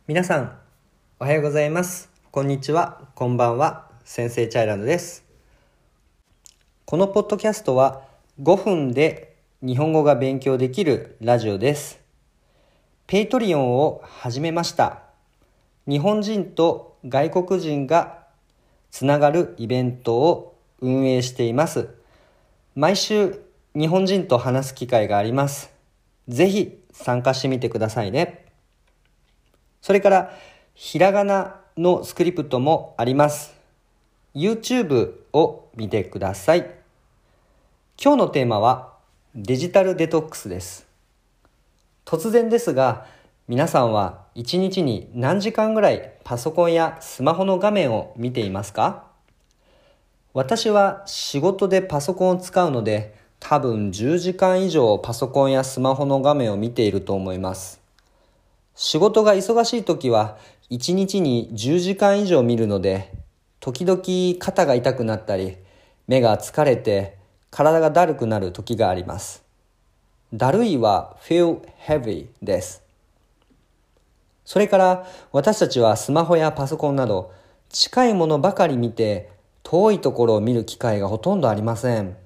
皆さん、おはようございます。こんにちは、こんばんは。先生チャイランドです。このポッドキャストは5分で日本語が勉強できるラジオです。ペイトリオンを始めました。日本人と外国人がつながるイベントを運営しています。毎週日本人と話す機会があります。ぜひ参加してみてくださいね。それからひらがなのスクリプトもあります。YouTube を見てください。今日のテーマはデジタルデトックスです。突然ですが、皆さんは1日に何時間ぐらいパソコンやスマホの画面を見ていますか？私は仕事でパソコンを使うので、多分10時間以上パソコンやスマホの画面を見ていると思います。仕事が忙しい時は1日に10時間以上見るので、時々肩が痛くなったり、目が疲れて体がだるくなる時があります。だるいは feel heavy です。それから私たちはスマホやパソコンなど近いものばかり見て、遠いところを見る機会がほとんどありません。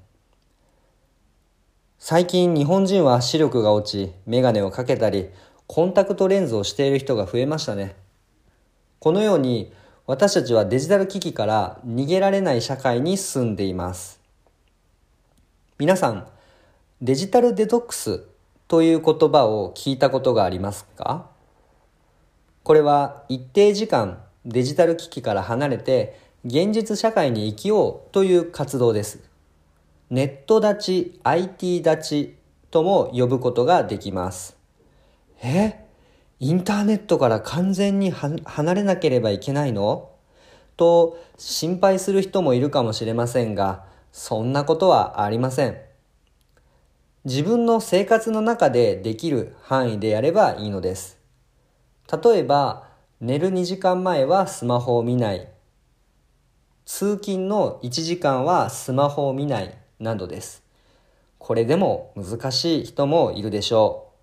最近日本人は視力が落ち、眼鏡をかけたり、コンタクトレンズをしている人が増えましたね。このように私たちはデジタル機器から逃げられない社会に住んでいます。皆さん、デジタルデトックスという言葉を聞いたことがありますか？これは一定時間デジタル機器から離れて現実社会に生きようという活動です。ネット立ち、IT 立ちとも呼ぶことができます。インターネットから完全に離れなければいけないの？と心配する人もいるかもしれませんが、そんなことはありません。自分の生活の中でできる範囲でやればいいのです。例えば、寝る2時間前はスマホを見ない。通勤の1時間はスマホを見ないなどです。これでも難しい人もいるでしょう。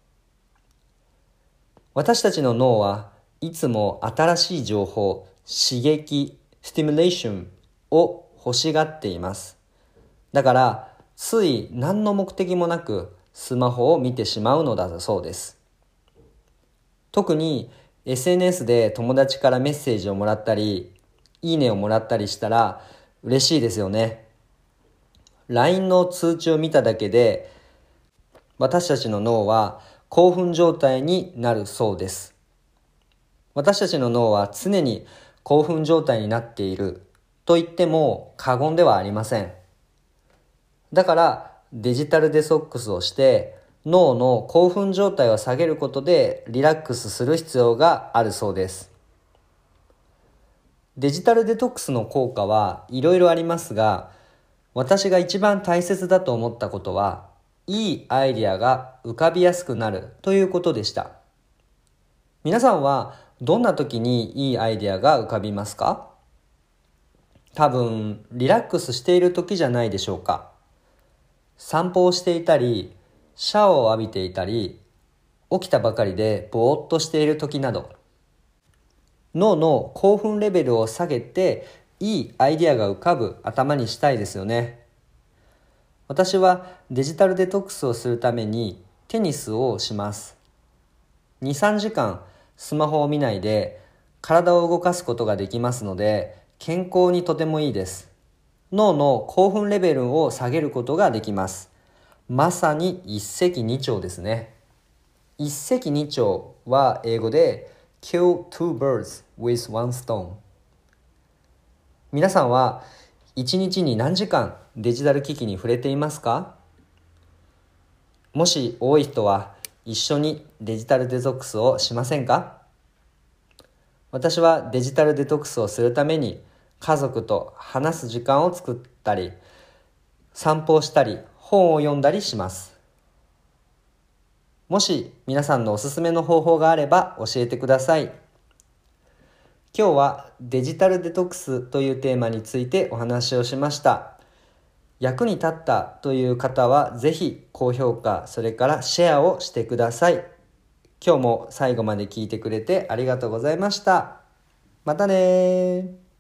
私たちの脳はいつも新しい情報、刺激、スティミュレーションを欲しがっています。だから、つい何の目的もなくスマホを見てしまうのだそうです。特に SNS で友達からメッセージをもらったり、いいねをもらったりしたら嬉しいですよね。LINE の通知を見ただけで、私たちの脳は興奮状態になるそうです。私たちの脳は常に興奮状態になっていると言っても過言ではありません。だからデジタルデトックスをして脳の興奮状態を下げることでリラックスする必要があるそうです。デジタルデトックスの効果はいろいろありますが、私が一番大切だと思ったことは、いいアイディアが浮かびやすくなるということでした。皆さんはどんな時にいいアイディアが浮かびますか？多分リラックスしている時じゃないでしょうか。散歩をしていたり、シャワーを浴びていたり、起きたばかりでぼーっとしている時など、脳の興奮レベルを下げていいアイディアが浮かぶ頭にしたいですよね。私はデジタルデトックスをするためにテニスをします。2、3時間スマホを見ないで体を動かすことができますので、健康にとてもいいです。脳の興奮レベルを下げることができます。まさに一石二鳥ですね。一石二鳥は英語で kill two birds with one stone。皆さんは一日に何時間デジタル機器に触れていますか？もし多い人は一緒にデジタルデトックスをしませんか？私はデジタルデトックスをするために家族と話す時間を作ったり、散歩をしたり、本を読んだりします。もし皆さんのおすすめの方法があれば教えてください。今日はデジタルデトックスというテーマについてお話をしました。役に立ったという方はぜひ高評価、それからシェアをしてください。 今日も最後まで聞いてくれてありがとうございました。またね。